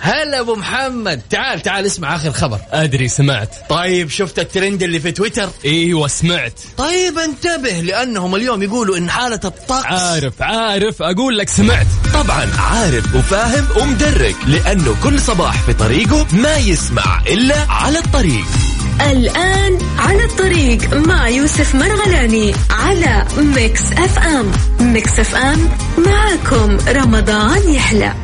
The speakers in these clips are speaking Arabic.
هلا ابو محمد، تعال اسمع اخر خبر. ادري سمعت. طيب شفت الترند اللي في تويتر؟ ايوه سمعت. طيب انتبه لانهم اليوم يقولوا ان حالة الطقس. عارف اقول لك سمعت. طبعا عارف وفاهم ومدرك، لانه كل صباح في طريقه ما يسمع الا على الطريق. الآن على الطريق مع يوسف مرغلاني على ميكس اف ام. ميكس اف ام معكم رمضان يحلى.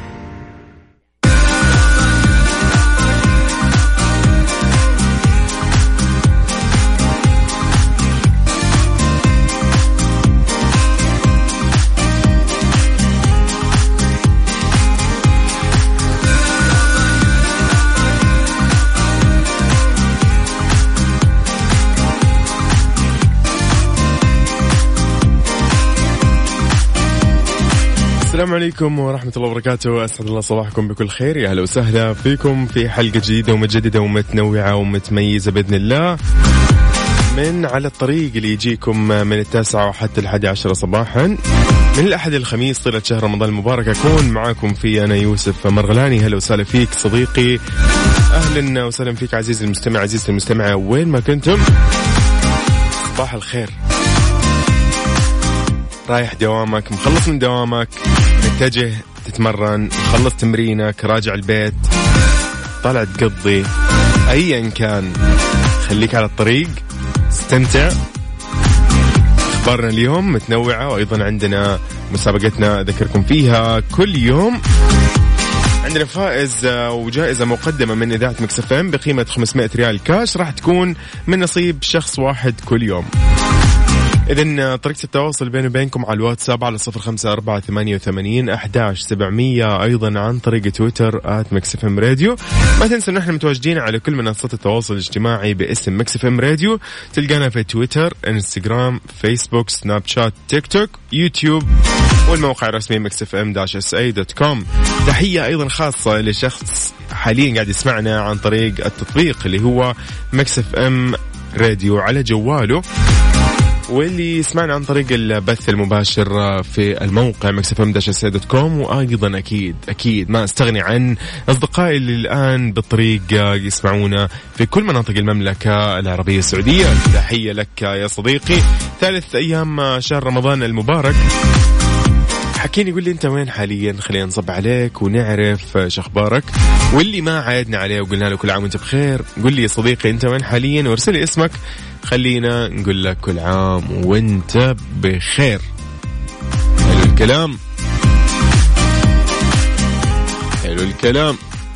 السلام عليكم ورحمة الله وبركاته. أسعد الله صباحكم بكل خير. يا هلا وسهلا فيكم في حلقة جديدة ومتجددة ومتنوعة ومتميزة بإذن الله من على الطريق اللي يجيكم من 9 وحتى 11 صباحا من الأحد الخميس طيلة شهر رمضان المبارك. أكون معاكم في أنا يوسف مرغلاني. هلا وسهلا فيك صديقي، أهلا وسهلا فيك عزيزي المستمع، عزيزتي المستمعة وين ما كنتم، صباح الخير. رايح دوامك، مخلص من دوامك، متجه تتمرن، مخلص تمرينك، راجع البيت، طالع تقضي، أيا كان خليك على الطريق، استمتع. أخبارنا اليوم متنوعة، وأيضا عندنا مسابقتنا أذكركم فيها كل يوم. عندنا فائز وجائزة مقدمة من إذاعة ميكس اف ام بقيمة 500 ريال كاش، راح تكون من نصيب شخص واحد كل يوم. إذن طريقة التواصل بيني وبينكم على الواتساب على 0548811700، أيضا عن طريق تويتر @mixfmradio. ما تنسوا أن احنا متواجدين على كل منصات التواصل الاجتماعي باسم Mix FM Radio. تلقانا في تويتر، انستغرام، فيسبوك، سناب شات، تيك توك، يوتيوب، والموقع الرسمي mixfm-sa.com. تحية أيضا خاصة لشخص حاليا قاعد يسمعنا عن طريق التطبيق اللي هو Mix FM Radio على جواله، واللي يسمعنا عن طريق البث المباشر في الموقع mixfm-sa.com. وأيضا أكيد ما استغني عن أصدقائي اللي الآن بالطريق يسمعونا في كل مناطق المملكة العربية السعودية. تحية لك يا صديقي. ثالث أيام شهر رمضان المبارك. حكيني قول لي أنت وين حاليا، خلينا نصب عليك ونعرف شخبارك. واللي ما عايدنا عليه وقلنا له كل عام وانت بخير، قول لي يا صديقي أنت وين حاليا وارسل لي اسمك، خلينا نقول لك كل عام وانت بخير. حلو الكلام، حلو الكلام،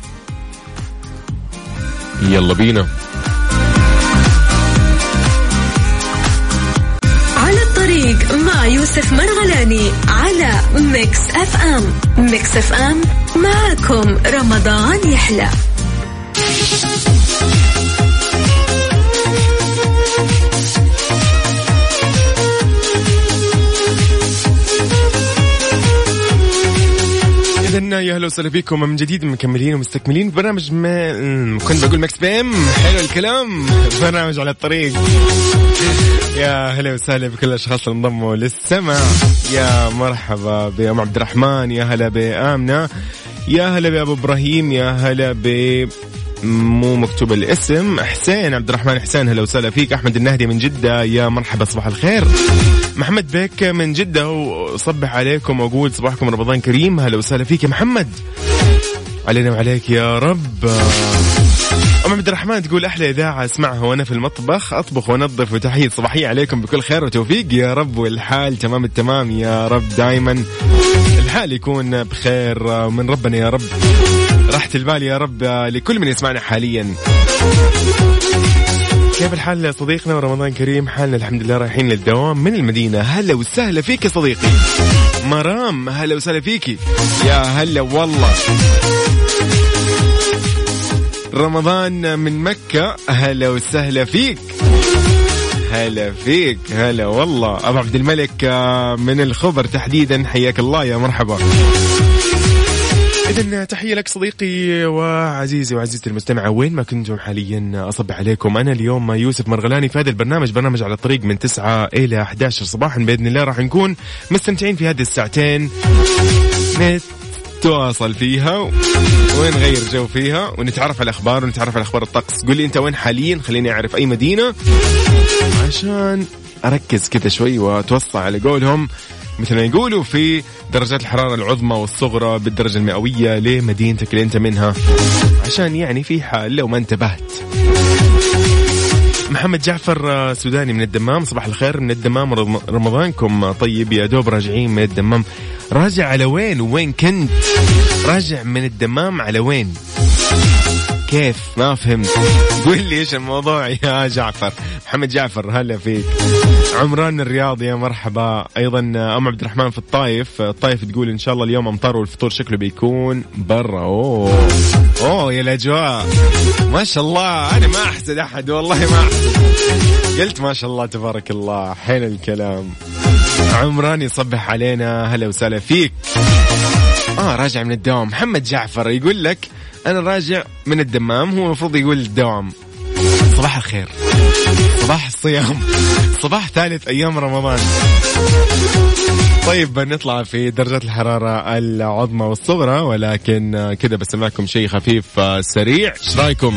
يلا بينا. على الطريق مع يوسف مرغلاني على ميكس اف ام. ميكس اف ام معكم رمضان يحلى. إذن يا هلا وسهلا فيكم من جديد، مكملين ومستكملين برنامج كنت بقول مكس بيم. حلو الكلام، برنامج على الطريق. يا هلا وسهلا بكل الأشخاص اللي انضموا للسمع. يا مرحبا بأم عبد الرحمن، يا هلا بآمنة، يا هلا بأبو إبراهيم، يا هلا مو مكتوب الاسم، حسين عبد الرحمن حسين، هلا وسهلا فيك. أحمد النهدي من جدة، يا مرحبا صباح الخير. محمد بيك من جدة وصبح عليكم وأقول صباحكم رمضان كريم. هلا وسهلا فيك يا محمد، علينا وعليك يا رب. أم عبد الرحمن تقول أحلى إذاعة أسمعها وأنا في المطبخ أطبخ ونظف، وتحية صباحية عليكم بكل خير وتوفيق يا رب، والحال تمام التمام يا رب، دايما الحال يكون بخير من ربنا يا رب، راحة البال يا رب لكل من يسمعنا حاليا. كيف الحال صديقنا ورمضان كريم؟ حالنا الحمد لله، رايحين للدوام من المدينة. هلا وسهلا فيك يا صديقي. مرام هلا وسهلا فيكي، يا هلا والله. رمضان من مكة، هلا وسهلا فيك. هلا فيك، هلا والله. أبو عبد الملك من الخبر تحديدا، حياك الله يا مرحبا. إذن تحية لك صديقي وعزيزي وعزيزتي المستمعة وين ما كنتم حاليا. أصبح عليكم أنا اليوم يوسف مرغلاني في هذا البرنامج، برنامج على الطريق من 9 إلى 11 صباحا بإذن الله. راح نكون مستمتعين في هذه الساعتين، نتواصل فيها ونغير جو فيها ونتعرف على الأخبار ونتعرف على أخبار الطقس. قول لي أنت وين حاليا، خليني أعرف أي مدينة عشان أركز كذا شوي وأتوصى على قولهم مثل ما يقولوا في درجات الحرارة العظمى والصغرى بالدرجة المئوية لمدينتك اللي أنت منها، عشان يعني في حال لو ما انتبهت. محمد جعفر سوداني من الدمام، صباح الخير من الدمام، رمضانكم طيب. يا دوب راجعين من الدمام. راجع على وين وين كنت؟ راجع من الدمام على وين؟ كيف؟ ما فهمت. قول لي ايش الموضوع يا جعفر. محمد جعفر هلا فيك. عمران الرياض يا مرحبا. ايضا ام عبد الرحمن في الطايف تقول ان شاء الله اليوم امطار والفطور شكله بيكون برا. اوه يا الاجواء ما شاء الله. انا ما احسد احد والله، ما احسد، قلت ما شاء الله تبارك الله. حين الكلام. عمران يصبح علينا، هلا وسهلا فيك. راجع من الدوام. محمد جعفر يقول لك أنا راجع من الدمام، هو المفروض يقول الدوام. صباح الخير، صباح الصيام، صباح ثالث أيام رمضان. طيب نطلع في درجات الحرارة العظمى والصغرى، ولكن كده بسمعكم شيء خفيف سريع. ايش رايكم؟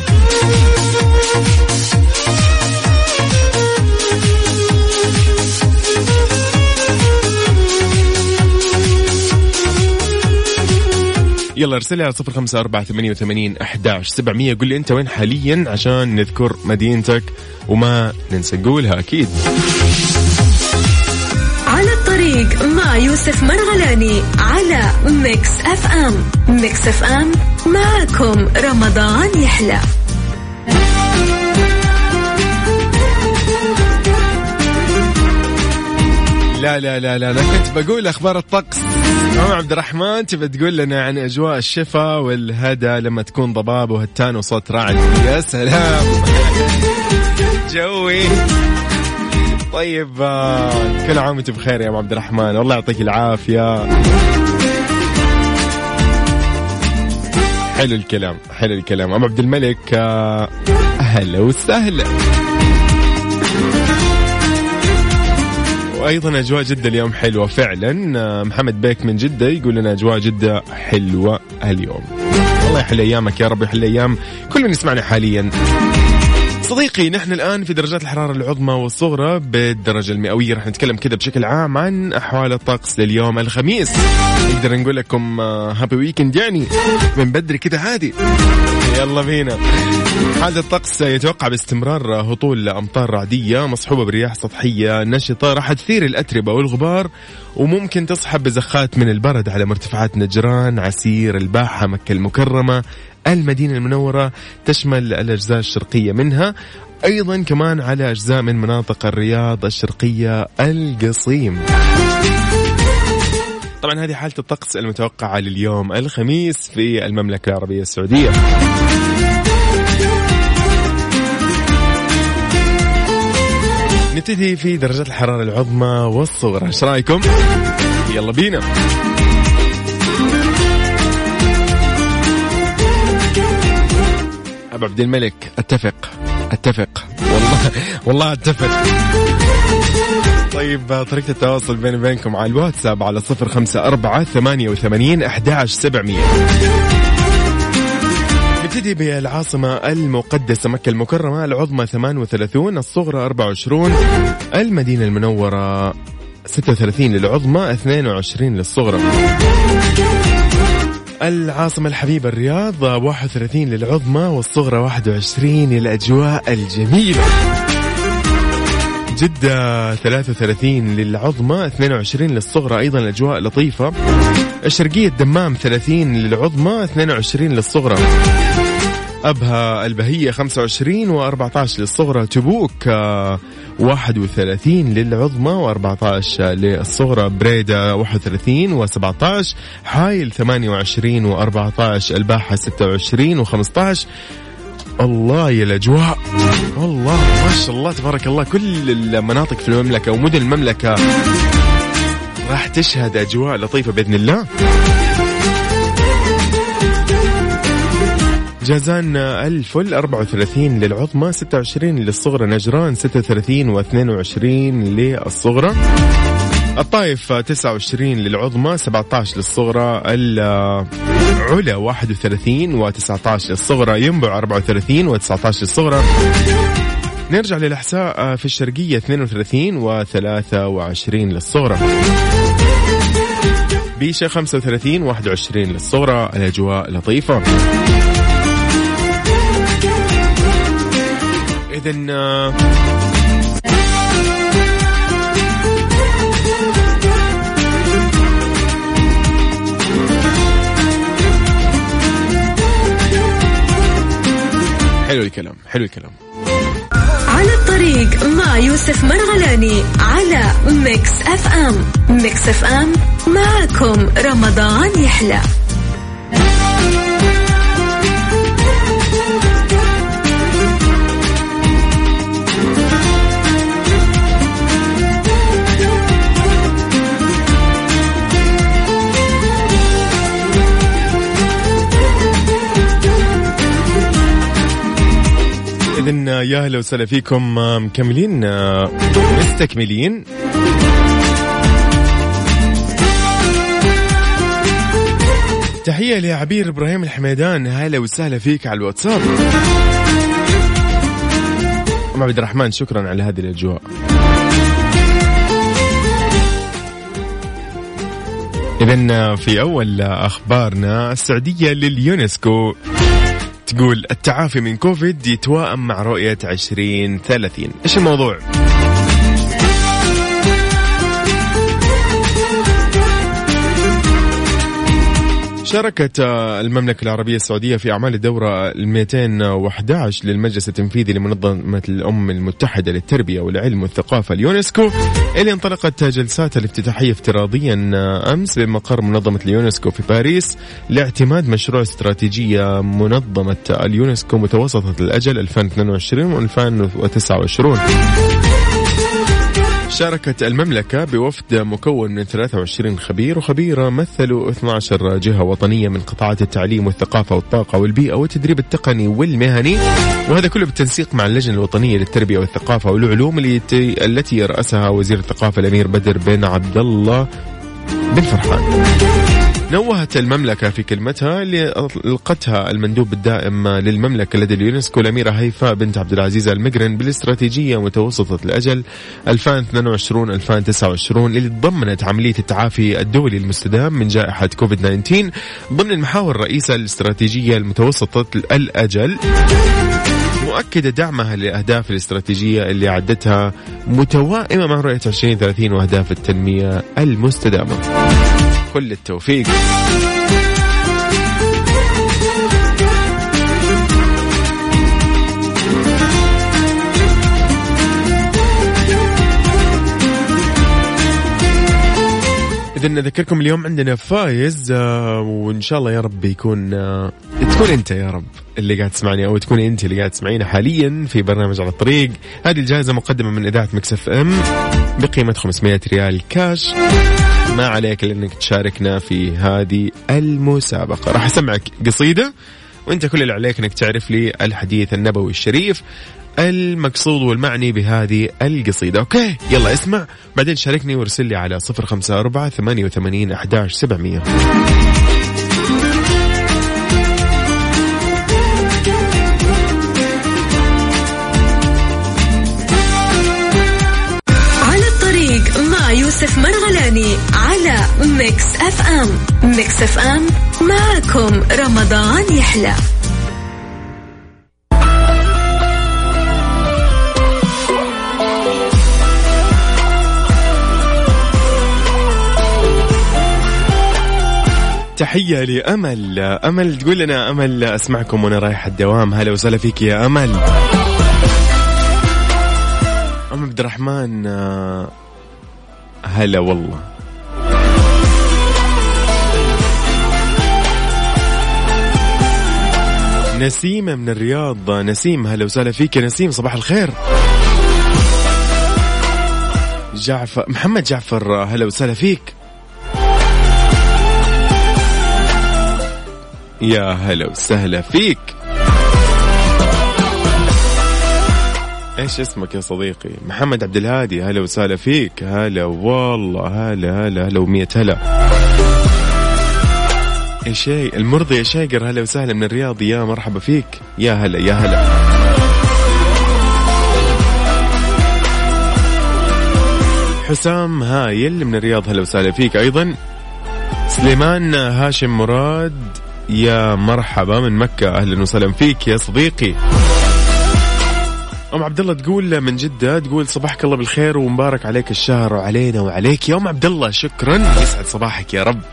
يلا ارسلي على 0548811700. قل لي انت وين حاليا عشان نذكر مدينتك وما ننسى نقولها اكيد. على الطريق مع يوسف مرغلاني على ميكس اف ام. ميكس اف ام معكم رمضان يحلى. لا كنت بقول أخبار الطقس. عبد الرحمن تبى تقول لنا عن أجواء الشفا والهدى لما تكون ضباب وهتان وصوت رعد. يا سلام جوي. طيب كل عام وانت بخير يا عبد الرحمن، والله يعطيك العافية. حلو الكلام حلو الكلام. أم عبد الملك أهلا وسهلا. وأيضا أجواء جدة اليوم حلوة فعلا. محمد بيك من جدة يقول لنا أجواء جدة حلوة اليوم. الله يحل أيامك يا رب، يحل أيام كل من يسمعنا حاليا. صديقي نحن الآن في درجات الحرارة العظمى والصغرى بالدرجة المئوية. رح نتكلم كده بشكل عام عن أحوال الطقس لليوم الخميس. نقدر نقول لكم هابي ويكند يعني من بدري كده هادي. يلا بينا. حالة الطقس يتوقع باستمرار هطول أمطار رعدية مصحوبة برياح سطحية نشطة راح تثير الأتربة والغبار، وممكن تصحب بزخات من البرد على مرتفعات نجران، عسير، الباحة، مكة المكرمة، المدينة المنورة، تشمل الأجزاء الشرقية منها، أيضا كمان على أجزاء من مناطق الرياض الشرقية، القصيم. طبعا هذه حالة الطقس المتوقعة لليوم الخميس في المملكة العربية السعودية. نبتدي في درجات الحرارة العظمى والصغرى. ايش رايكم؟ يلا بينا. أبو عبد الملك اتفق والله اتفق. طيب طريقة التواصل بيني وبينكم على الواتساب على 0548811700. نبتدي بالعاصمة المقدسة مكة المكرمة، العظمى 38، الصغرى 24، المدينة المنورة 36 للعظمى 22 للصغرى. العاصمة الحبيبة الرياض 31 للعظمى والصغرى 21. الأجواء الجميلة. جدة 33 للعظمى 22 للصغرى، أيضا الأجواء لطيفة. الشرقية الدمام 30 للعظمى 22 للصغرى. أبها البهية 25 و14 للصغرى. تبوك 31 للعظمى و14 للصغرى. بريدة 31 و17. حايل 28 و14. الباحة 26 و15. الله يا الأجواء، والله ما شاء الله تبارك الله. كل المناطق في المملكة ومدن المملكة راح تشهد أجواء لطيفة بإذن الله. جازان الفل 34 للعظمى 26 للصغرى. نجران 36 و22 للصغرى. الطائف 29 للعظمى 17 للصغرى، العلا 31 و19 للصغرى، ينبع 34 و19 للصغرى. نرجع للأحساء في الشرقية 32 و23 للصغرى، بيشة 35 و21 للصغرى. الأجواء لطيفة. إذن حلو الكلام، حلو الكلام. على الطريق مع يوسف مرغلاني على ميكس اف ام. ميكس اف ام معكم رمضان يحلى. إذن يا أهلا وسهلا فيكم، مكملين مستكملين. تحية لعبير إبراهيم الحميدان، هلا وسهلا فيك على الواتساب. أم عبد الرحمن شكرا على هذه الأجواء. إذن في أول أخبارنا، السعودية لليونسكو تقول التعافي من كوفيد يتوائم مع رؤية 2030. إيش الموضوع؟ شاركت المملكة العربية السعودية في أعمال الدورة 211 للمجلس التنفيذي لمنظمة الأمم المتحدة للتربية والعلم والثقافة اليونسكو، اللي انطلقت جلساتها الافتتاحية افتراضيا أمس بمقر منظمة اليونسكو في باريس لاعتماد مشروع استراتيجية منظمة اليونسكو متوسطة الأجل 2022 و2029. شاركت المملكة بوفد مكون من 23 خبير وخبيرة مثلوا 12 جهة وطنية من قطاعات التعليم والثقافة والطاقة والبيئة والتدريب التقني والمهني، وهذا كله بالتنسيق مع اللجنة الوطنية للتربية والثقافة والعلوم التي يرأسها وزير الثقافة الأمير بدر بن عبد الله بن فرحان. نوهت المملكة في كلمتها اللي ألقتها المندوب الدائم للمملكة لدى اليونسكو الأميرة هيفاء بنت عبد العزيز المقرن بالاستراتيجية متوسطة الأجل 2022-2029 اللي تضمنت عملية التعافي الدولي المستدام من جائحة كوفيد-19 ضمن المحاور الرئيسة للاستراتيجية المتوسطة الأجل، مؤكدة دعمها لأهداف الاستراتيجية اللي عدتها متوائمة مع رؤية 2030 وأهداف التنمية المستدامة. كل التوفيق. إذن نذكركم اليوم عندنا فايز، وإن شاء الله يا رب يكون تكون أنت يا رب اللي قاعد تسمعني، أو تكون أنت اللي قاعد تسمعينا حاليا في برنامج على الطريق. هذه الجائزة مقدمة من إذاعة ميكس اف ام بقيمة 500 ريال كاش. ما عليك لأنك تشاركنا في هذه المسابقة. راح أسمعك قصيدة وأنت كل اللي عليك أنك تعرف لي الحديث النبوي الشريف المقصود والمعني بهذه القصيدة. أوكي يلا اسمع، بعدين شاركني وارسل لي على 0548811700. على الطريق مع يوسف مرغلاني على ميكس اف ام. ميكس اف ام معكم رمضان يحلى. تحية لأمل. أمل تقول لنا أمل أسمعكم وأنا رايح الدوام. هلا وسهلا فيك يا أمل. أم عبد الرحمن هلا والله. نسيمة من الرياض. نسيم هلا وسهلا فيك يا نسيم، صباح الخير. جعفر محمد جعفر هلا وسهلا فيك يا هلا وسهلا فيك. ايش اسمك يا صديقي؟ محمد عبد الهادي، هلا وسهلا فيك. هلا والله، هلا هلا هلا ومية هلا. يا شيء المرضي يا شاقر، هلا وسهلا من الرياض، يا مرحبا فيك. يا هلا يا هلا. حسام هايل من الرياض، هلا وسهلا فيك أيضا. سليمان هاشم مراد، يا مرحبا من مكة، أهلا وسهلا فيك يا صديقي. أم عبد الله تقول من جدة، تقول صباحك الله بالخير ومبارك عليك الشهر وعلينا وعليك. يا أم عبد الله شكرا، يسعد صباحك يا رب.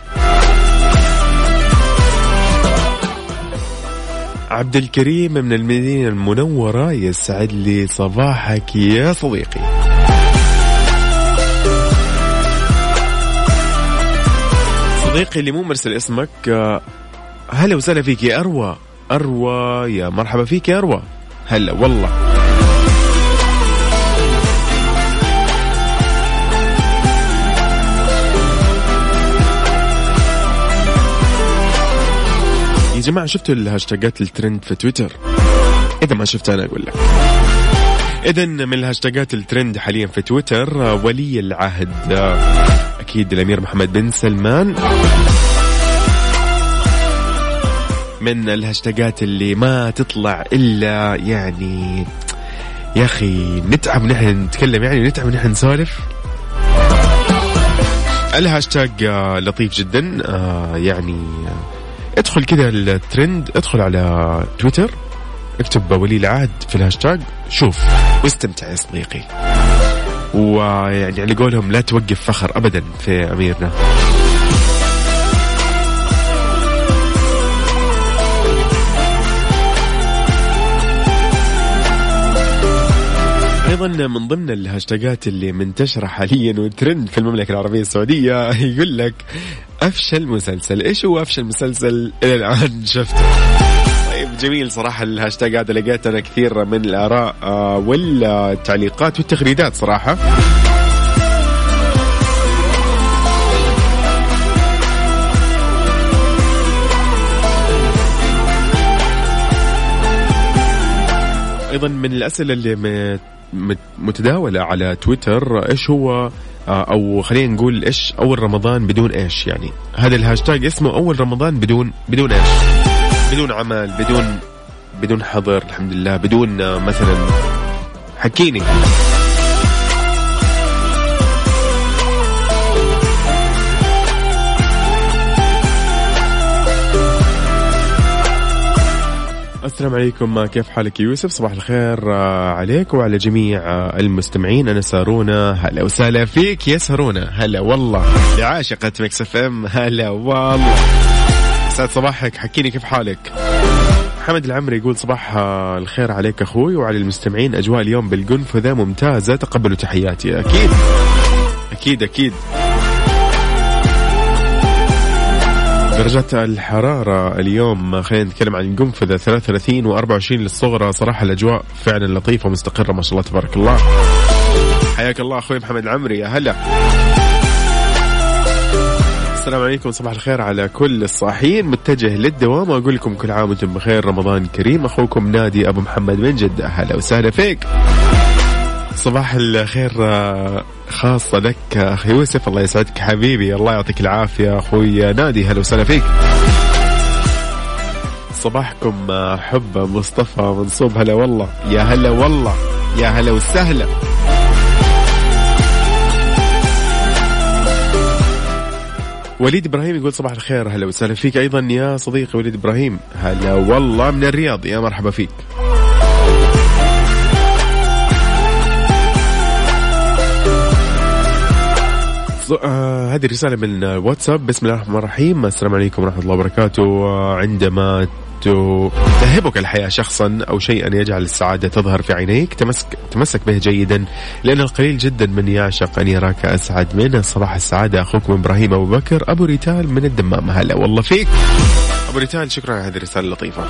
عبد الكريم من المدينة المنورة، يسعد لي صباحك يا صديقي. صديقي اللي مو مرسل اسمك، هلا وسهلا فيك يا أروى. أروى يا مرحبا فيك يا أروى، هلا والله. يا جماعة شفتوا الهاشتاجات الترند في تويتر؟ إذا ما شفت أنا أقول لك. إذن من الهاشتاجات الترند حاليا في تويتر ولي العهد، أكيد الأمير محمد بن سلمان. من الهاشتاجات اللي ما تطلع إلا يعني يا أخي نتعب نحن نتكلم، يعني نتعب نحن نسولف. الهاشتاج لطيف جدا، يعني ادخل كده الترند، ادخل على تويتر اكتب ولي العهد في الهاشتاج، شوف واستمتع يا صديقي. ويعني على قولهم لا توقف فخر أبدا في أميرنا. أيضا من ضمن الهاشتاجات اللي منتشرة حاليا وترند في المملكة العربية السعودية يقول لك أفشل مسلسل. إيش هو أفشل مسلسل إلى الآن شفته؟ طيب جميل صراحة الهاشتاج هذا، لقيت أنا كثير من الآراء والتعليقات والتغريدات صراحة. أيضا من الأسئلة اللي متداولة على تويتر، إيش هو أو خلينا نقول إيش أول رمضان بدون إيش؟ يعني هذا الهاشتاج اسمه أول رمضان بدون إيش؟ بدون عمل، بدون حضر، الحمد لله، بدون مثلا حكيني. السلام عليكم، كيف حالك يا يوسف؟ صباح الخير عليك وعلى جميع المستمعين. أنا سارونا، هلا وسهلا فيك يا سارونا، هلا والله يا عاشقة ميكس اف ام، هلا والله، سعد صباحك، حكيني كيف حالك. محمد العمري يقول صباح الخير عليك أخوي وعلى المستمعين، أجواء اليوم بالقنفذة ممتازة، تقبلوا تحياتي. أكيد أكيد أكيد. درجات الحرارة اليوم خلينا نتكلم عن القنفذة 33 و24 للصغرى، صراحة الأجواء فعلا لطيفة ومستقرة ما شاء الله تبارك الله. حياك الله أخوي محمد العمري، يا هلا. السلام عليكم، صباح الخير على كل الصاحين، متجه للدوام وأقول لكم كل عام وانتم بخير، رمضان كريم. أخوكم نادي أبو محمد من جدة، هلا وسهلا فيك. صباح الخير خاصة لك أخي يوسف، الله يسعدك حبيبي، الله يعطيك العافية أخوي نادي، هلا وسهلا فيك. صباحكم حب مصطفى منصوب، هلا والله، يا هلا والله، يا هلا وسهلا. وليد إبراهيم يقول صباح الخير، هلا وسهلا فيك أيضا يا صديقي وليد إبراهيم، هلا والله من الرياض، يا مرحبا فيك. هذه الرسالة من الواتساب، بسم الله الرحمن الرحيم، السلام عليكم ورحمة الله وبركاته. عندما تهبك الحياة شخصا أو شيئا يجعل السعادة تظهر في عينيك، تمسك به جيدا، لأن القليل جدا من يعشق أن يراك أسعد منه. صباح السعادة، أخوكم إبراهيم أبو بكر أبو ريتال من الدمام، هلا والله فيك أبو ريتال، شكرا على هذه الرسالة اللطيفة.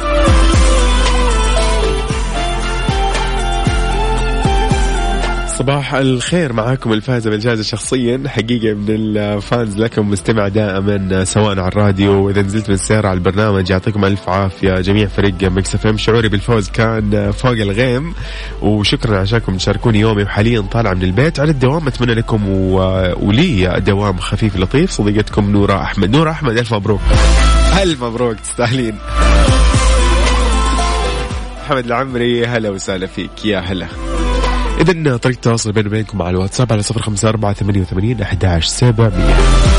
صباح الخير، معاكم الفائزة بالجائزة شخصيا حقيقة من الفانز لكم، مستمع دائما سواء على الراديو وإذا نزلت من السيارة على البرنامج. يعطيكم ألف عافية جميع فريق ميكس اف ام. شعوري بالفوز كان فوق الغيم، وشكرا عشانكم تشاركوني يومي. وحاليا طالع من البيت على الدوام، أتمنى لكم ولي دوام خفيف لطيف. صديقتكم نورة أحمد. نورة أحمد ألف مبروك، ألف مبروك، تستاهلين. محمد العمري هلا وسهلا فيك، يا هلا. إذن طريقة التواصل بيني وبينكم على الواتساب على 0548811700.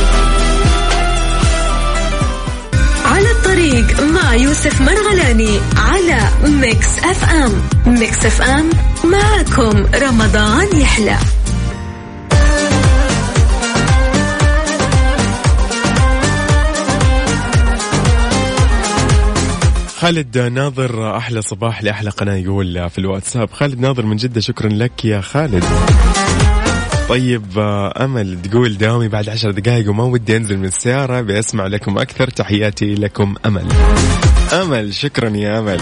على الطريق مع يوسف مرغلاني على ميكس اف ام. ميكس اف ام معكم رمضان يحلى. خالد ناظر أحلى صباح لأحلى قناة يقول في الواتساب. خالد ناظر من جدة، شكرا لك يا خالد. طيب أمل تقول دوامي بعد 10 دقائق وما ودي أنزل من السيارة، بأسمع لكم أكثر، تحياتي لكم أمل. أمل شكرا يا أمل.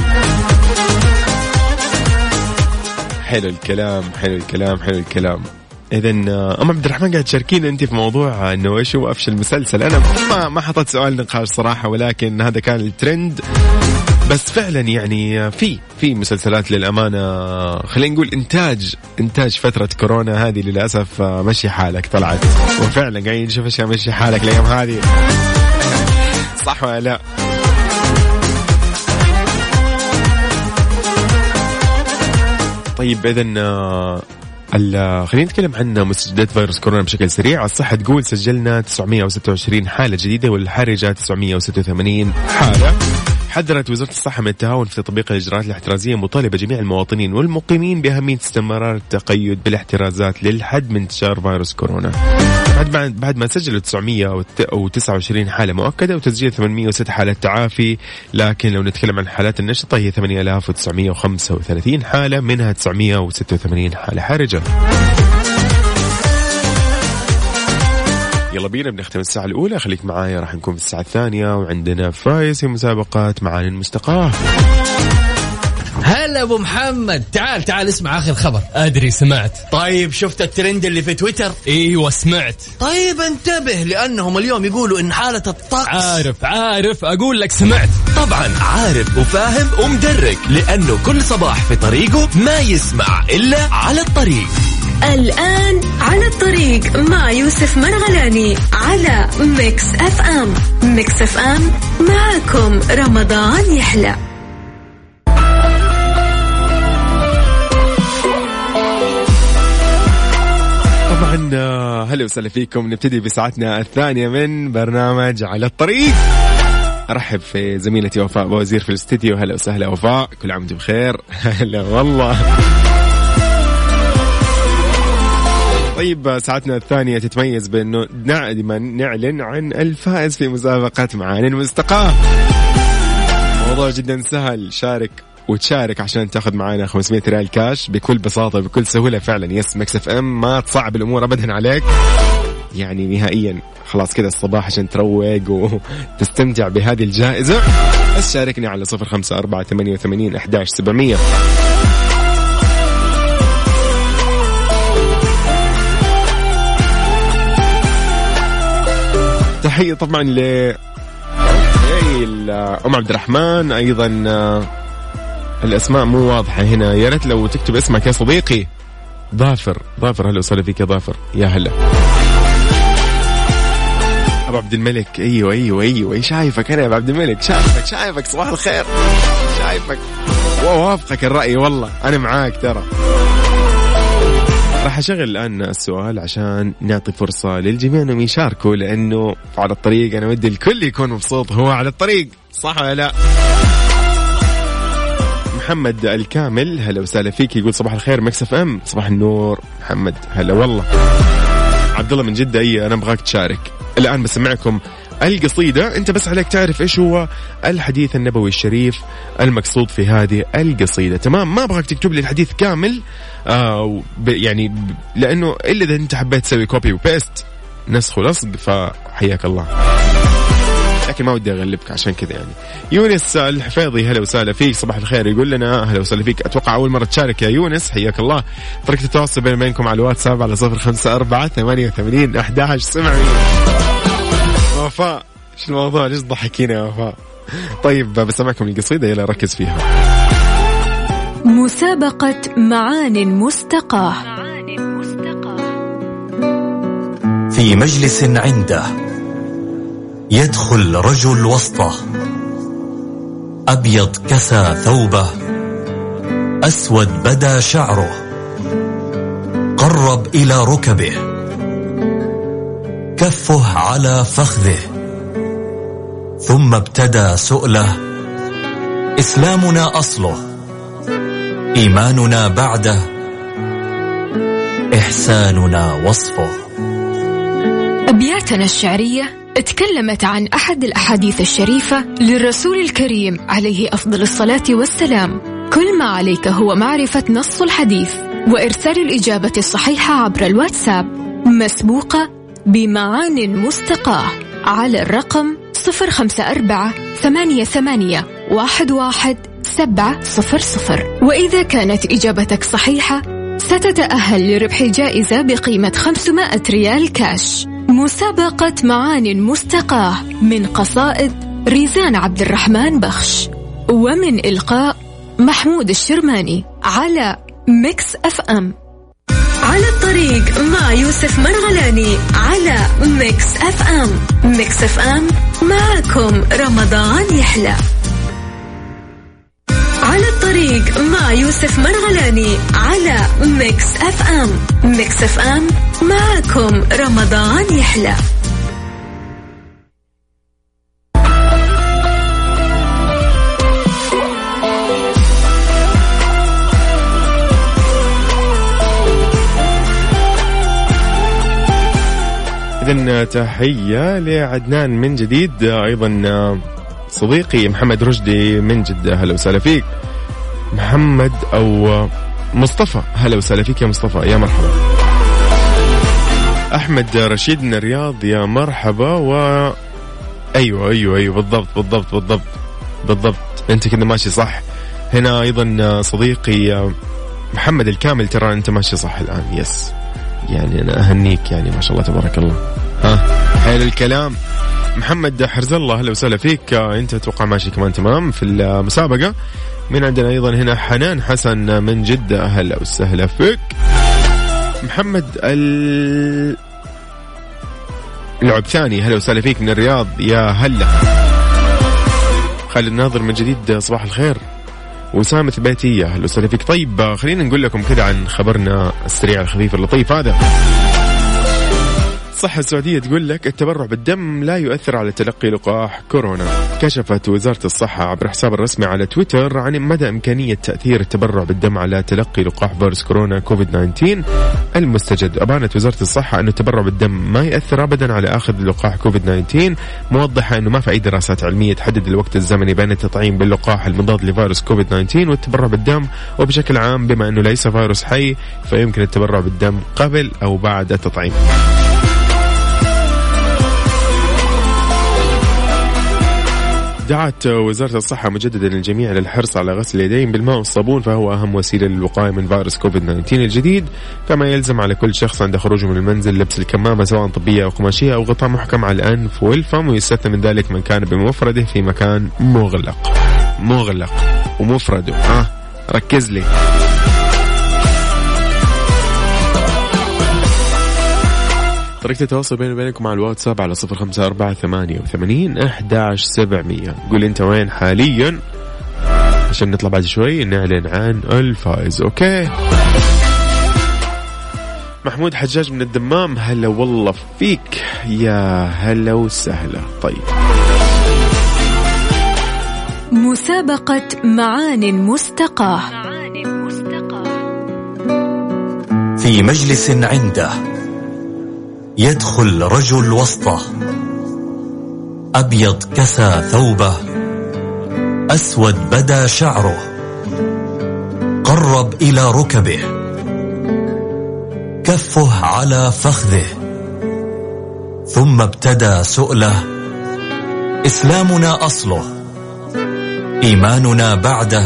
حلو الكلام حلو الكلام حلو الكلام. إذن أم عبد الرحمن قاعد تشاركين أنت في موضوع إنه إيش هو أفشل مسلسل. أنا ما حطيت سؤال نقاش صراحة، ولكن هذا كان الترند. بس فعلا يعني في مسلسلات للأمانة، خلينا نقول إنتاج فترة كورونا هذه للأسف مشي حالك طلعت، وفعلا قاعدين نشوف أشياء مشي حالك الأيام هذه. صح ولا لا؟ طيب إذن خلينا نتكلم عن مستجدات فيروس كورونا بشكل سريع. الصحة تقول سجلنا 926 حالة جديدة، والحرجة 986 حالة. حذرت وزارة الصحة من التهاون في تطبيق الإجراءات الاحترازية، مطالبة جميع المواطنين والمقيمين بأهمية استمرار التقيد بالاحترازات للحد من انتشار فيروس كورونا. بعد ما سجلوا 929 حالة مؤكدة وتسجيل 806 حالة تعافي، لكن لو نتكلم عن حالات النشطة هي 8935 حالة، منها 986 حالة حرجة. يلا بينا بنختم الساعة الأولى، خليك معايا، راح نكون في الساعة الثانية وعندنا فايز في مسابقات معاني المستقاة. هلا أبو محمد، تعال اسمع آخر خبر. أدري سمعت. طيب شفت الترند اللي في تويتر؟ ايوه سمعت. طيب انتبه، لأنهم اليوم يقولوا إن حالة الطقس. عارف أقول لك سمعت. طبعا عارف وفاهم ومدرك، لأنه كل صباح في طريقه ما يسمع إلا على الطريق. الآن على الطريق مع يوسف مرغلاني على ميكس اف ام. ميكس اف ام معكم رمضان يحلى. طبعا هلا وسهلا فيكم. نبتدي بساعتنا الثانية من برنامج على الطريق. أرحب في زميلتي وفاء بوزير في الاستديو. هلا وسهلا وفاء، كل عام وانتم بخير. هلا والله. طيب ساعتنا الثانية تتميز بأنه دائما نعلن عن الفائز في مسابقة معاني المستقاة. موضوع جدا سهل، شارك وتشارك عشان تاخذ معانا 500 ريال كاش بكل بساطة بكل سهولة. فعلا يس ميكس اف ام ما تصعب الأمور أبدا عليك، يعني نهائيا. خلاص كذا الصباح عشان تروق وتستمتع بهذه الجائزة. بس شاركني على 0548811700. تحية طبعا أم عبد الرحمن. أيضا الأسماء مو واضحة هنا، يا ريت لو تكتب اسمك يا صديقي. ظافر هلا وسهلا فيك يا ظافر، يا هلا. أبو عبد الملك، أيوة شايفك أنا يا أبو عبد الملك، شايفك صباح الخير، شايفك ووافقك الرأي، والله أنا معاك ترى. راح أشغل الآن السؤال عشان نعطي فرصة للجميع أنهم يشاركوا، لأنه على الطريق أنا ودي الكل يكون مبسوط هو على الطريق، صح ولا لا؟ محمد الكامل هلا وسهلا فيك، يقول صباح الخير ميكس اف ام. صباح النور محمد، هلا والله. عبد الله من جدة، أنا أبغاك تشارك. الآن بسمعكم القصيدة، أنت بس عليك تعرف إيش هو الحديث النبوي الشريف المقصود في هذه القصيدة، تمام؟ ما أبغاك تكتب لي الحديث كامل، يعني لأنه إلا إذا أنت حبيت تسوي كوبي وبيست، نسخ ولصق، فحياك الله. لكن ما ودي أغلبك عشان كذا يعني. يونس الحفيظي هلا وسهلا فيك، صباح الخير، يقول لنا هلا وسهلا فيك. أتوقع أول مرة تشارك يا يونس، حياك الله. طريقة التواصل بينكم على الواتساب على 0548811700. وفاء إيش الموضوع؟ ليش ضحكينا يا وفاء؟ طيب بسمعكم القصيدة، يلا ركز فيها. مسابقة معان مستقاة. في مجلس عنده يدخل رجل وسطه، أبيض كسى ثوبه، أسود بدا شعره، قرب إلى ركبه، كفه على فخذه، ثم ابتدى سؤله: إسلامنا أصله، إيماننا بعده، إحساننا وصفه. أبياتنا الشعرية تكلمت عن أحد الأحاديث الشريفة للرسول الكريم عليه أفضل الصلاة والسلام. كل ما عليك هو معرفة نص الحديث وإرسال الإجابة الصحيحة عبر الواتساب مسبوقة بمعان مستقاة على الرقم 0548811700. وإذا كانت إجابتك صحيحة ستتأهل لربح جائزة بقيمة 500 ريال كاش. مسابقة معان مستقاة من قصائد ريزان عبد الرحمن بخش، ومن إلقاء محمود الشرماني على ميكس اف ام. على الطريق مع يوسف مرغلاني على ميكس اف ام. ميكس اف ام معكم رمضان يحلى. على الطريق مع يوسف مرغلاني على ميكس اف ام. ميكس اف ام معكم رمضان يحلى. إذن تحية لعدنان من جديد، أيضا صديقي محمد رشدي من جدة، هلا وسهلا فيك. محمد أو مصطفى، هلا وسهلا فيك يا مصطفى، يا مرحبا. أحمد رشيد من الرياض، يا مرحبا. أيوة بالضبط أنت كده ماشي صح. هنا أيضا صديقي محمد الكامل، ترى أنت ماشي صح الآن، يس يعني أنا أهنيك، يعني ما شاء الله تبارك الله. حيل الكلام. محمد حرز الله، هلا وسهلا فيك. أنت أتوقع ماشي كمان تمام في المسابقة. من عندنا أيضا هنا حنان حسن من جدة، هلا وسهلا فيك. محمد لعب ثاني، هلا وسهلا فيك من الرياض، يا هلا. خالد ناظر من جديد، صباح الخير. وسام ثباتية، هلا وسهلا فيك. طيب خلينا نقول لكم كده عن خبرنا السريع الخفيف اللطيف هذا. الصحة السعودية تقول لك التبرع بالدم لا يؤثر على تلقي لقاح كورونا. كشفت وزارة الصحة عبر حساب الرسمي على تويتر عن مدى إمكانية تأثير التبرع بالدم على تلقي لقاح فيروس كورونا كوفيد-19 المستجد. أبانت وزارة الصحة أن التبرع بالدم ما يأثر أبدا على أخذ لقاح كوفيد-19، موضحة أنه ما في أي دراسات علمية تحدد الوقت الزمني بين التطعيم باللقاح المضاد لفيروس كوفيد-19 والتبرع بالدم. وبشكل عام بما أنه ليس فيروس حي فيمكن التبرع بالدم قبل أو بعد التطعيم. دعت وزارة الصحة مجددا الجميع للحرص على غسل اليدين بالماء والصابون، فهو أهم وسيلة للوقاية من فيروس كوفيد-19 الجديد. كما يلزم على كل شخص عند خروجه من المنزل لبس الكمامة سواء طبية أو قماشية أو غطاء محكم على الأنف والفم، ويستثنى من ذلك من كان بمفرده في مكان مغلق ومفرده. ركز لي. طريقة التواصل بيني وبينكم على الواتساب على 0548811700. قول انت وين حاليا عشان نطلع بعد شوي نعلن عن الفائز. اوكي. محمود حجاج من الدمام، هلا والله فيك، يا هلا وسهلا. طيب مسابقة معان مستقاة. في مجلس عنده يدخل رجل وسطه، أبيض كسى ثوبه، أسود بدا شعره، قرب إلى ركبه، كفه على فخذه، ثم ابتدى سؤله: إسلامنا أصله، إيماننا بعده،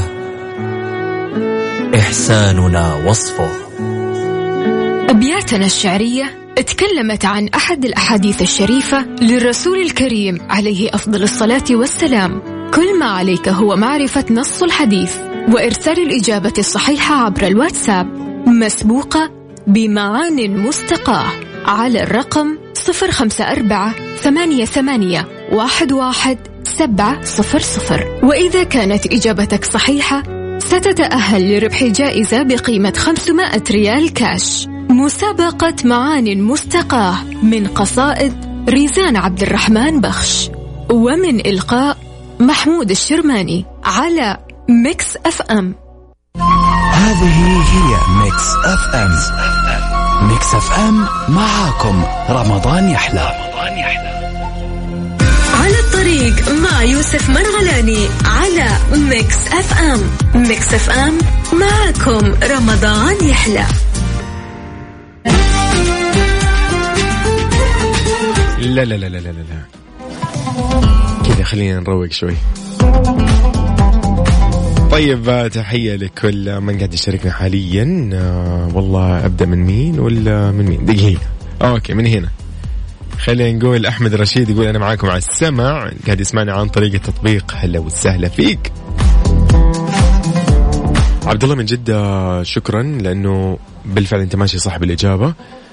إحساننا وصفه. أبياتنا الشعرية تكلمت عن أحد الأحاديث الشريفة للرسول الكريم عليه أفضل الصلاة والسلام. كل ما عليك هو معرفة نص الحديث وإرسال الإجابة الصحيحة عبر الواتساب مسبوقة بمعان مستقاة على الرقم 0548811700. وإذا كانت إجابتك صحيحة ستتأهل لربح جائزة بقيمة 500 ريال كاش. مسابقة معان مستقاة من قصائد ريزان عبد الرحمن بخش ومن إلقاء محمود الشرماني على ميكس اف ام. هذه هي ميكس اف ام. ميكس اف ام معاكم رمضان يحلى. على الطريق مع يوسف مرغلاني على ميكس اف ام. ميكس اف ام معاكم رمضان يحلى. لا لا لا لا لا لا كذا خلينا نروق شوي. طيب تحية لكل من قاعد يشاركنا حاليا. والله أبدأ من مين ولا من مين؟ دقيقة. أوكي من هنا خلينا نقول أحمد رشيد يقول أنا معاكم على السمع، قاعد يسمعني عن طريق التطبيق. هلا وسهلا فيك. عبد الله من جدة شكرا لأنه بالفعل أنت ماشي صاحب الإجابة.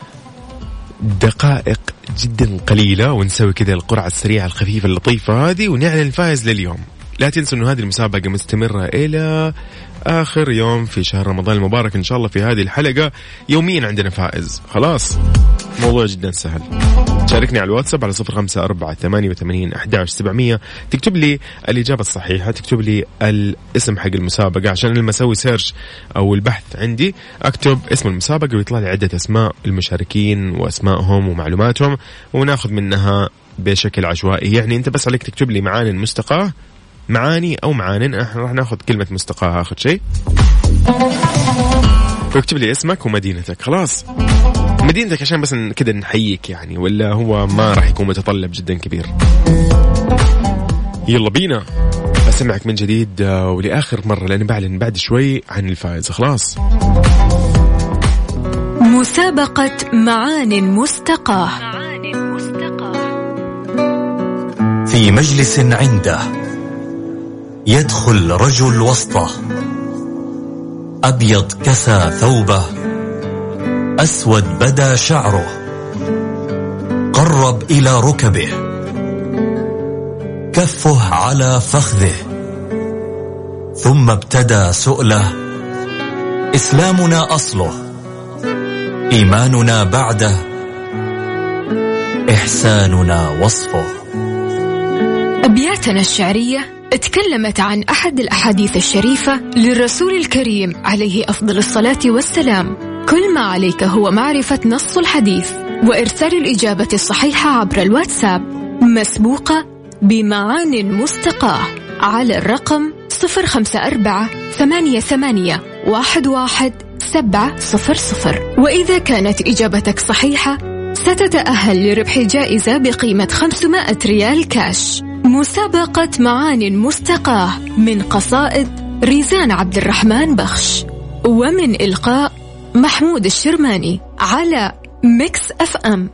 دقائق جدا قليلة ونسوي كذا القرعة السريعة الخفيفة اللطيفة هذه ونعلن الفائز لليوم. لا تنسوا أنه هذه المسابقة مستمرة إلى آخر يوم في شهر رمضان المبارك إن شاء الله. في هذه الحلقة يوميا عندنا فائز. خلاص موضوع جدا سهل. شاركني على الواتساب على 0548811700. تكتب لي الإجابة الصحيحة، تكتب لي الاسم حق المسابقة عشان لما أسوي سيرش أو البحث عندي أكتب اسم المسابقة ويطلع لي عدة أسماء المشاركين وأسمائهم ومعلوماتهم وناخذ منها بشكل عشوائي. يعني أنت بس عليك تكتب لي معاني مستقاة، معاني أو معانن، احنا راح ناخذ كلمة مستقاة آخر شيء، واكتب لي اسمك ومدينتك. خلاص مدينتك عشان بس كده نحييك يعني، ولا هو ما راح يكون متطلب جدا كبير. يلا بينا أسمعك من جديد ولآخر مرة لأن بعلن بعد شوي عن الفائز. خلاص مسابقة معان مستقاة. في مجلس عنده يدخل رجل وسطه، أبيض كسى ثوبه، أسود بدا شعره، قرب إلى ركبه، كفه على فخذه، ثم ابتدى سؤله: إسلامنا أصله، إيماننا بعده، إحساننا وصفه. أبياتنا الشعرية تكلمت عن أحد الأحاديث الشريفة للرسول الكريم عليه أفضل الصلاة والسلام. كل ما عليك هو معرفة نص الحديث وإرسال الإجابة الصحيحة عبر الواتساب مسبوقة بمعان مستقاة على الرقم 0548811700. وإذا كانت إجابتك صحيحة ستتأهل لربح جائزة بقيمة 500 ريال كاش. مسابقة معان مستقاة من قصائد ريزان عبد الرحمن بخش ومن إلقاء محمود الشرماني على ميكس اف ام.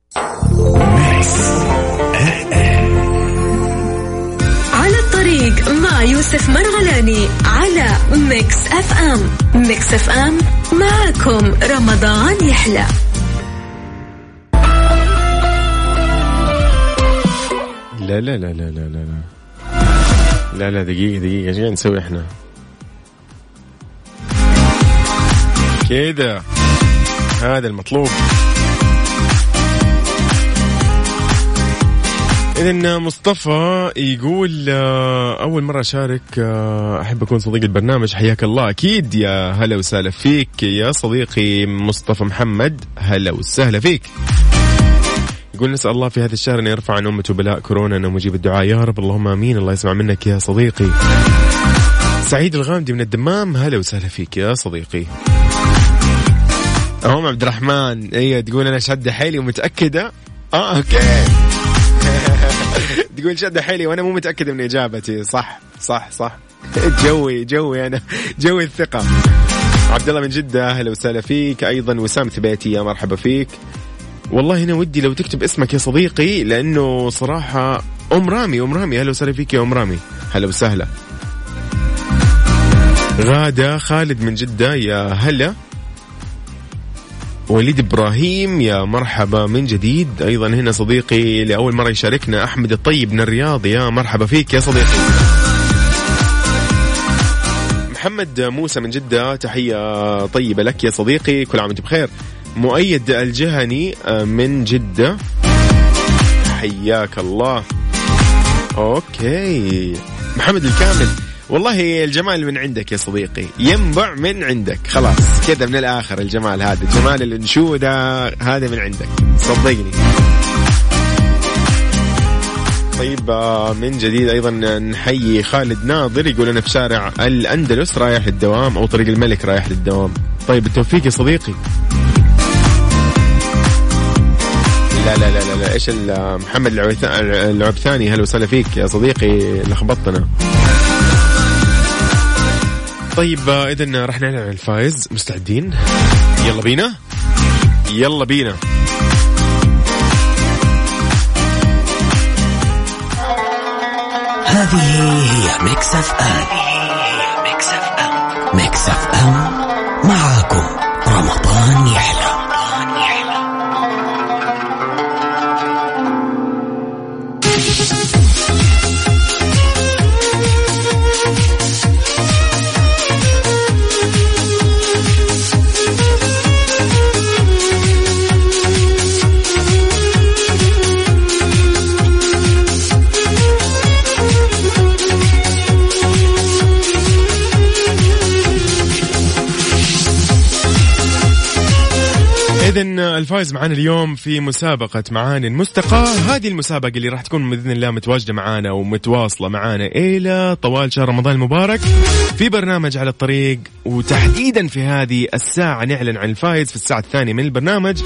على الطريق مع يوسف مرغلاني على ميكس اف ام. ميكس اف ام معاكم رمضان يحلى. لا لا لا لا لا لا لا لا دقيقة ايش قاعد نسوي احنا كده؟ هذا المطلوب. إذن مصطفى يقول أول مرة أشارك، أحب أكون صديق البرنامج. حياك الله. أكيد يا هلا وسهلا فيك يا صديقي مصطفى محمد، هلا وسهلا فيك. يقول نسأل الله في هذا الشهر أن يرفع عن أمته بلاء كورونا أنه مجيب الدعاء يا رب. اللهم آمين. الله يسمع منك يا صديقي. سعيد الغامدي من الدمام، هلا وسهلا فيك يا صديقي. أهم عبد الرحمن، أيه تقول أنا شد حيلي ومتأكدة. أوكي تقول شد حيلي وأنا مو متأكد من إجابتي. صح صح صح. جوي أنا جوي الثقة. عبد الله من جدة أهلا وسهلا فيك. أيضا وسام ثبيتي يا مرحبا فيك. والله هنا ودي لو تكتب اسمك يا صديقي لأنه صراحة أم رامي أهلا وسهلا فيك يا أم رامي. هلا وسهلا. غادة خالد من جدة يا هلا. وليد إبراهيم يا مرحبا من جديد. أيضا هنا صديقي لأول مرة يشاركنا أحمد الطيب من الرياض يا مرحبا فيك يا صديقي. محمد موسى من جدة تحية طيبة لك يا صديقي كل عام وانت بخير. مؤيد الجهني من جدة حياك الله. أوكي محمد الكامل والله الجمال من عندك يا صديقي ينبع من عندك خلاص كذا من الآخر. الجمال هذا جمال الانشودة هذا من عندك صدقني. طيب من جديد أيضا نحيي خالد ناظر يقول أنا في شارع الأندلس رايح للدوام أو طريق الملك رايح للدوام. طيب التوفيق يا صديقي. لا إيش محمد العبثاني هلا وسهلا فيك يا صديقي لخبطنا. طيب إذن رح نعلن عن الفائز. مستعدين؟ يلا بينا. هذه هي ميكس اف ام. ميكس اف ام معاكم رمضان يحلى. إذن الفائز معانا اليوم في مسابقة معاني المستقى. هذه المسابقة اللي راح تكون بإذن الله متواجدة معانا ومتواصلة معانا إلى طوال شهر رمضان المبارك في برنامج على الطريق، وتحديدا في هذه الساعة نعلن عن الفائز في الساعة الثانية من البرنامج.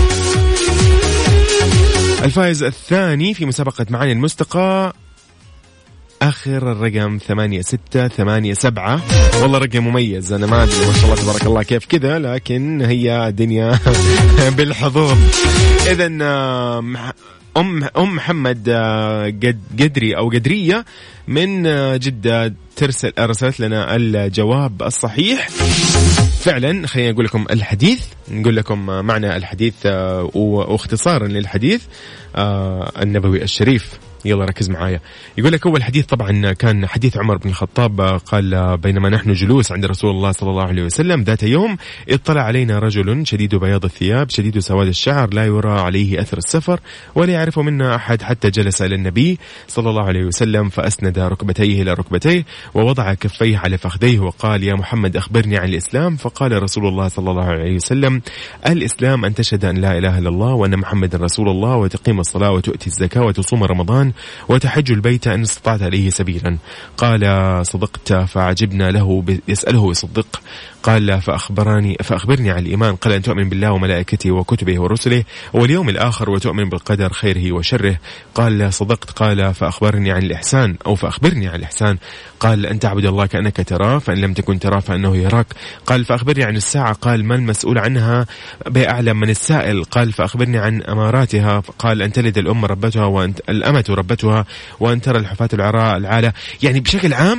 الفائز الثاني في مسابقة معاني المستقى آخر الرقم 8687. والله رقم مميز، أنا ما أدري ما شاء الله تبارك الله كيف كذا، لكن هي الدنيا بالحظوظ. إذن أم محمد قدري أو قدرية من جدة أرسلت لنا الجواب الصحيح. فعلا خلينا نقول لكم الحديث، نقول لكم معنى الحديث واختصارا للحديث النبوي الشريف. يلا ركز معايا. يقول لك أول حديث طبعا كان حديث عمر بن الخطاب، قال بينما نحن جلوس عند رسول الله صلى الله عليه وسلم ذات يوم اطلع علينا رجل شديد بياض الثياب شديد سواد الشعر لا يرى عليه أثر السفر ولا يعرف منا أحد، حتى جلس إلى النبي صلى الله عليه وسلم فأسند ركبتيه إلى ركبتيه ووضع كفيه على فخذيه وقال يا محمد أخبرني عن الإسلام. فقال رسول الله صلى الله عليه وسلم الإسلام أن تشهد أن لا إله إلا الله وأن محمد رسول الله وتقيم الصلاة وتؤتي الزكاة وتصوم رمضان وتحج البيت إن استطعت عليه سبيلا. قال صدقت، فعجبنا له يسأله يصدق. قال فأخبرني عن الإيمان. قال أن تؤمن بالله وملائكته وكتبه ورسله واليوم الآخر وتؤمن بالقدر خيره وشره. قال صدقت. قال فأخبرني عن الإحسان أو فأخبرني عن الإحسان. قال أن تعبد الله كأنك تراه فإن لم تكن تراه فإنه يراك. قال فأخبرني عن الساعة. قال ما المسؤول عنها بأعلم من السائل. قال فأخبرني عن أماراتها. قال أن تلد الأم ربتها وأن الأمة ربتها وأن ترى الحفاة العراء العالة. يعني بشكل عام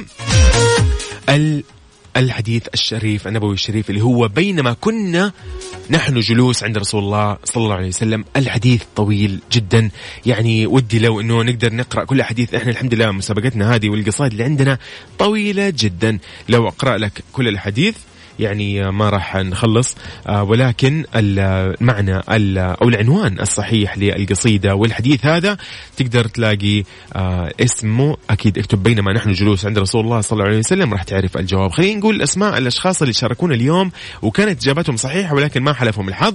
الحديث الشريف النبوي الشريف اللي هو بينما كنا نحن جلوس عند رسول الله صلى الله عليه وسلم. الحديث طويل جدا، يعني ودي لو انه نقدر نقرأ كل حديث. احنا الحمد لله مسابقتنا هذه والقصائد اللي عندنا طويلة جدا، لو اقرأ لك كل الحديث يعني ما راح نخلص. ولكن المعنى أو العنوان الصحيح للقصيدة والحديث هذا تقدر تلاقي اسمه، أكيد اكتب بينما نحن جلوس عند رسول الله صلى الله عليه وسلم راح تعرف الجواب. خلينا نقول أسماء الأشخاص اللي شاركونا اليوم وكانت إجابتهم صحيحة ولكن ما حلفهم الحظ.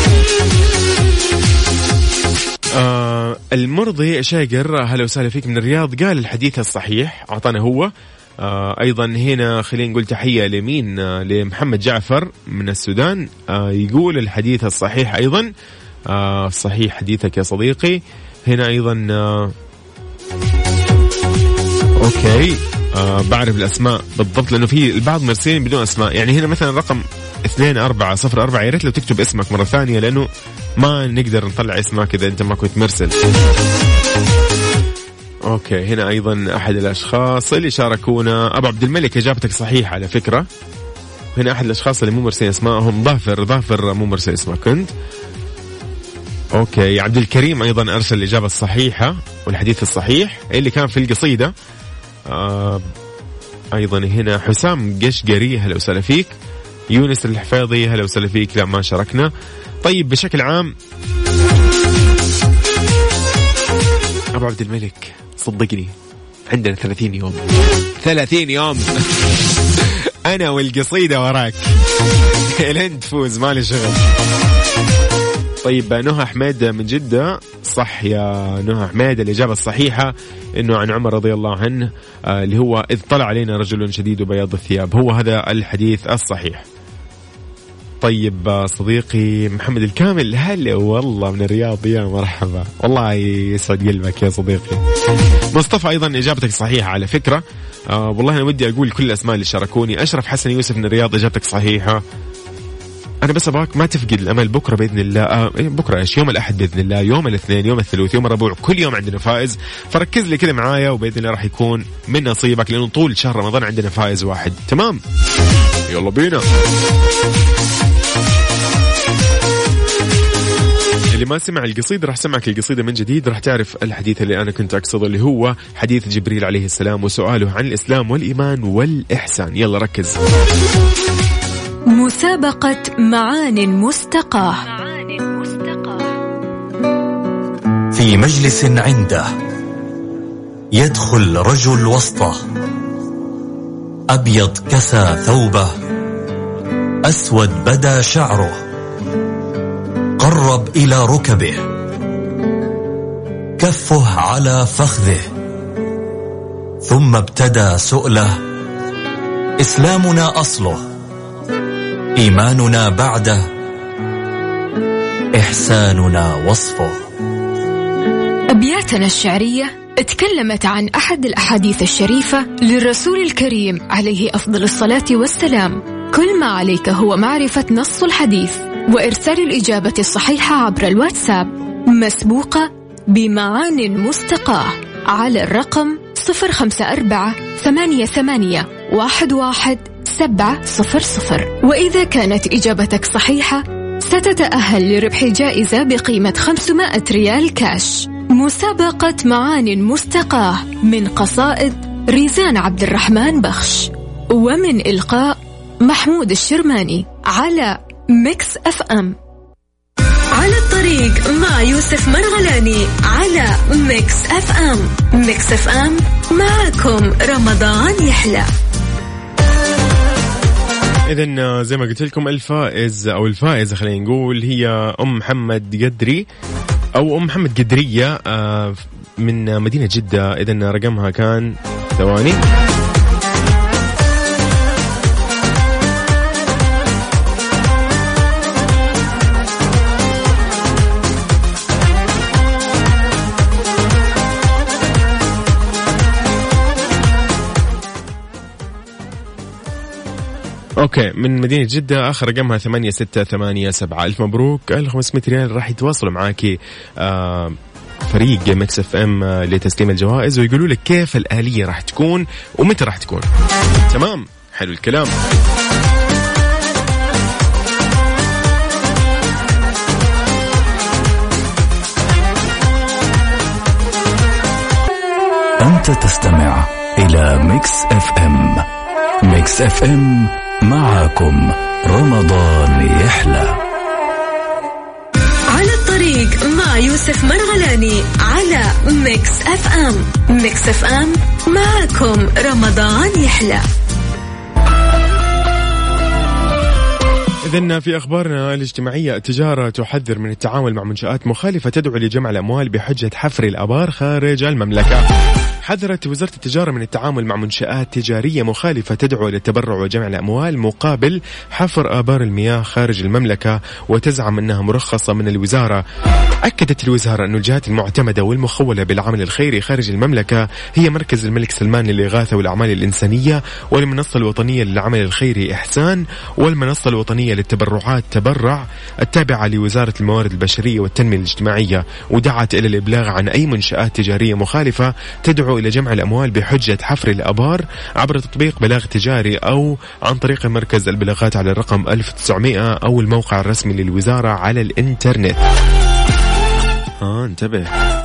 المرضي شاقر هلا وسهلا فيك من الرياض، قال الحديث الصحيح أعطانا هو. أيضا هنا خلينا نقول تحية لمين لمحمد جعفر من السودان، يقول الحديث الصحيح أيضا. صحيح حديثك يا صديقي. هنا أيضا اوكي بعرف الاسماء بالضبط لانه في البعض مرسلين بدون اسماء. يعني هنا مثلا رقم 2404 يا ريت لو تكتب اسمك مرة ثانية لانه ما نقدر نطلع اسمك اذا انت ما كنت مرسل. اوكي هنا ايضا احد الاشخاص اللي شاركونا ابو عبد الملك اجابتك صحيحة على فكرة. هنا احد الاشخاص اللي مو مرسلين اسمائهم ظافر مو مرسل اسمك كنت. اوكي عبد الكريم ايضا ارسل الاجابة الصحيحة والحديث الصحيح اللي كان في القصيدة. ايضا هنا حسام قشقري هلا وسهلا فيك. يونس الحفاظي هلا وسهلا فيك. لا ما شاركنا. طيب بشكل عام ابو عبد الملك صدقني عندنا 30 يوم انا والقصيدة وراك لين تفوز مالي شغل. طيب نهى حميد من جدة صح يا نهى حميد. الإجابة الصحيحة إنه عن عمر رضي الله عنه اللي هو إذ طلع علينا رجل شديد بياض الثياب هو هذا الحديث الصحيح. طيب صديقي محمد الكامل هلا والله من الرياض يا مرحبا والله يسعد قلبك يا صديقي. مصطفى أيضا إجابتك صحيحة على فكرة. والله أنا ودي أقول كل الأسماء اللي شاركوني. أشرف حسن يوسف من الرياض إجابتك صحيحة. أنا بس أبغاك ما تفقد الأمل. بكرة بإذن الله بكرة إيش يوم الأحد بإذن الله يوم الاثنين يوم الثلاث يوم الربوع كل يوم عندنا فائز. فركز لي كذا معايا وبإذن الله راح يكون من نصيبك لأنه طول شهر رمضان عندنا فائز واحد. تمام يلا بينا. اللي ما سمع القصيدة راح سمعك القصيدة من جديد راح تعرف الحديث اللي أنا كنت أقصده اللي هو حديث جبريل عليه السلام وسؤاله عن الإسلام والإيمان والإحسان. يلا ركز. مسابقة معان مستقاة. في مجلس عنده يدخل رجل وسطه أبيض كسى ثوبه أسود بدا شعره قرب إلى ركبه كفه على فخذه ثم ابتدى سؤله إسلامنا أصله إيماننا بعده إحساننا وصفه. أبياتنا الشعرية تكلمت عن أحد الأحاديث الشريفة للرسول الكريم عليه أفضل الصلاة والسلام. كل ما عليك هو معرفة نص الحديث وإرسال الإجابة الصحيحة عبر الواتساب مسبوقة بمعان مستقاة على الرقم 0548811700. وإذا كانت إجابتك صحيحة ستتأهل لربح جائزة بقيمة 500 ريال كاش. مسابقة معان مستقاة من قصائد ريزان عبد الرحمن بخش ومن إلقاء محمود الشرماني على ميكس اف ام. على الطريق مع يوسف مرغلاني على ميكس اف ام. ميكس اف ام معكم رمضان يحلى. إذن زي ما قلت لكم الفائز أو الفائزة خلينا نقول هي أم محمد قدري أو أم محمد قدرية من مدينة جدة. إذن رقمها كان ثواني اوكي من مدينة جدة. اخر رقمها 8687. الف مبروك. 1500 ريال راح يتواصلوا معاكي فريق ميكس اف ام لتسليم الجوائز ويقولوا لك كيف الآلية راح تكون ومتى راح تكون. تمام حلو الكلام. أنت تستمع إلى ميكس اف ام. ميكس اف ام معكم رمضان يحلى. على الطريق مع يوسف مرغلاني على ميكس اف ام. ميكس اف ام معكم رمضان يحلى. إذن في أخبارنا الاجتماعية التجارة تحذر من التعامل مع منشآت مخالفة تدعو لجمع الأموال بحجة حفر الآبار خارج المملكة. حذرت وزارة التجارة من التعامل مع منشآت تجارية مخالفة تدعو إلى التبرع وجمع الأموال مقابل حفر آبار المياه خارج المملكة وتزعم أنها مرخصة من الوزارة. أكدت الوزارة أن الجهات المعتمدة والمخولة بالعمل الخيري خارج المملكة هي مركز الملك سلمان للإغاثة والأعمال الإنسانية، والمنصة الوطنية للعمل الخيري إحسان، والمنصة الوطنية للتبرعات تبرع التابعة لوزارة الموارد البشرية والتنمية الاجتماعية. ودعت إلى الإبلاغ عن أي منشآت تجارية مخالفة تدعو إلى جمع الأموال بحجة حفر الآبار عبر تطبيق بلاغ تجاري أو عن طريق مركز البلاغات على الرقم 1900 أو الموقع الرسمي للوزارة على الإنترنت. انتبه،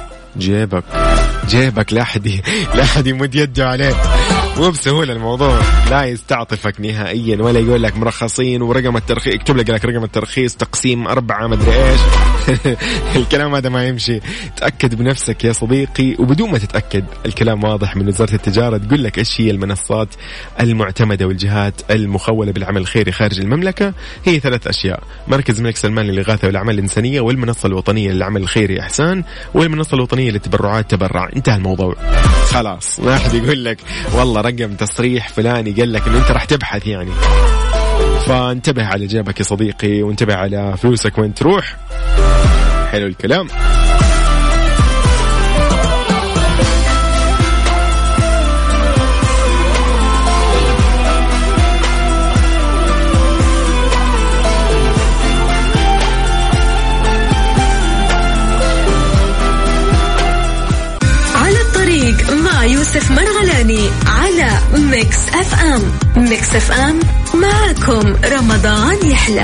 جيبك لا أحد يمد يده عليه، مو بسهولة الموضوع، لا يستعطفك نهائيا ولا يقول لك مرخصين ورقم الترخيص، يكتب لك رقم الترخيص تقسيم 4 مدري ايش. الكلام هذا ما يمشي. تأكد بنفسك يا صديقي، وبدون ما تتأكد الكلام واضح من وزارة التجارة تقول لك ايش هي المنصات المعتمدة والجهات المخولة بالعمل الخيري خارج المملكة. هي 3 أشياء: مركز الملك سلمان للإغاثة والأعمال الإنسانية، والمنصة الوطنية للعمل الخيري إحسان، والمنصة الوطنية للتبرعات تبرع. انتهى الموضوع خلاص. ما أحد يقول لك والله رقم تصريح فلاني قال لك إنه أنت راح تبحث يعني. فانتبه على جيبك يا صديقي، وانتبه على فلوسك وين تروح. حلو الكلام. مع يوسف مرغلاني على ميكس اف ام. ميكس اف ام معكم رمضان يحلى.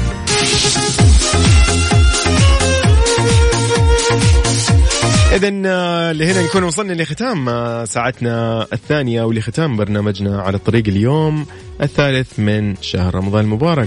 إذن لهنا نكون وصلنا لختام ساعتنا الثانية ولختام برنامجنا على الطريق اليوم 3 من شهر رمضان المبارك.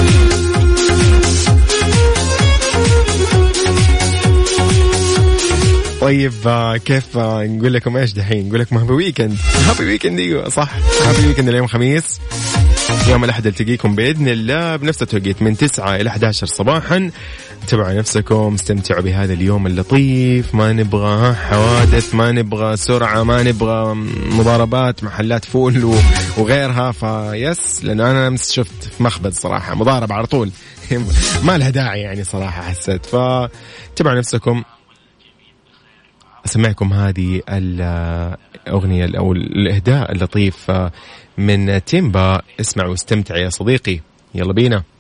طيب كيف نقول لكم ايش دحين؟ نقول لكم هابي ويكند. هابي ويكند، ايوه صح، هابي ويكند. اليوم خميس، يوم الأحد التقيكم بإذن الله بنفس التوقيت من 9 إلى 11 صباحا. تبعوا نفسكم، استمتعوا بهذا اليوم اللطيف. ما نبغى حوادث، ما نبغى سرعة، ما نبغى مضاربات محلات فول وغيرها. فيس، لأنه أنا أمس شفت في مخبز صراحة مضارب على طول. ما لها داعي يعني صراحة حسيت. فتبعوا نفسكم. أسمعكم هذه الأغنية أو الإهداء اللطيف من تيمبا. اسمع واستمتع يا صديقي، يلا بينا.